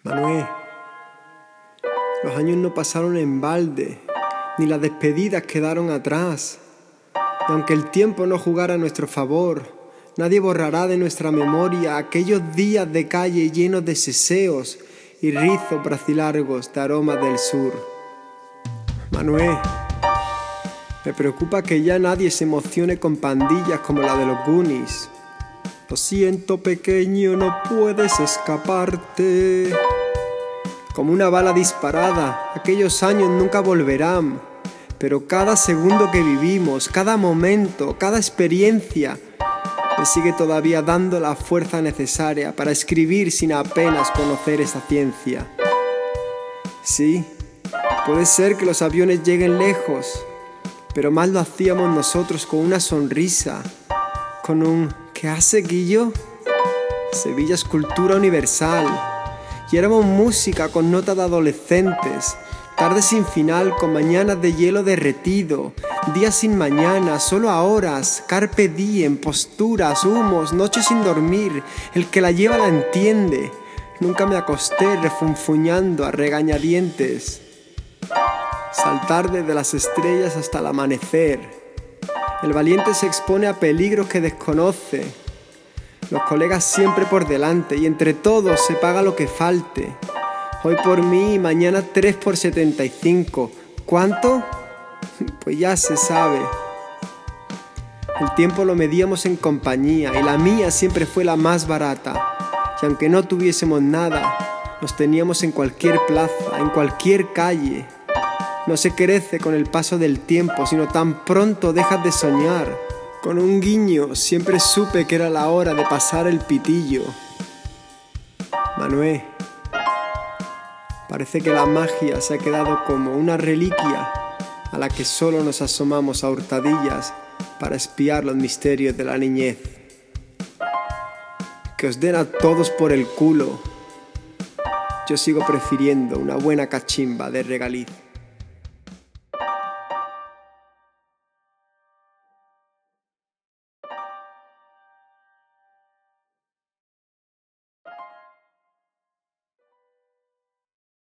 Manuel, los años no pasaron en balde, ni las despedidas quedaron atrás. Y aunque el tiempo no jugara a nuestro favor, nadie borrará de nuestra memoria aquellos días de calle llenos de seseos y rizos bracilargos de aromas del sur. Manuel, me preocupa que ya nadie se emocione con pandillas como la de los Goonies. Lo siento, pequeño, no puedes escaparte. Como una bala disparada, aquellos años nunca volverán. Pero cada segundo que vivimos, cada momento, cada experiencia, me sigue todavía dando la fuerza necesaria para escribir sin apenas conocer esa ciencia. Sí, puede ser que los aviones lleguen lejos, pero más lo hacíamos nosotros con una sonrisa, con un ¿qué hace, Guillo? Sevilla es cultura universal. Y éramos música con notas de adolescentes, tardes sin final con mañanas de hielo derretido, días sin mañana, solo a horas, carpe diem, posturas, humos, noches sin dormir. El que la lleva la entiende. Nunca me acosté refunfuñando a regañadientes. Saltar desde las estrellas hasta el amanecer. El valiente se expone a peligros que desconoce. Los colegas siempre por delante y entre todos se paga lo que falte. Hoy por mí y mañana 3 por 75. ¿Cuánto? Pues ya se sabe. El tiempo lo medíamos en compañía y la mía siempre fue la más barata. Y aunque no tuviésemos nada, nos teníamos en cualquier plaza, en cualquier calle. No se crece con el paso del tiempo, sino tan pronto dejas de soñar. Con un guiño siempre supe que era la hora de pasar el pitillo. Manuel, parece que la magia se ha quedado como una reliquia a la que solo nos asomamos a hurtadillas para espiar los misterios de la niñez. Que os den a todos por el culo. Yo sigo prefiriendo una buena cachimba de regaliz.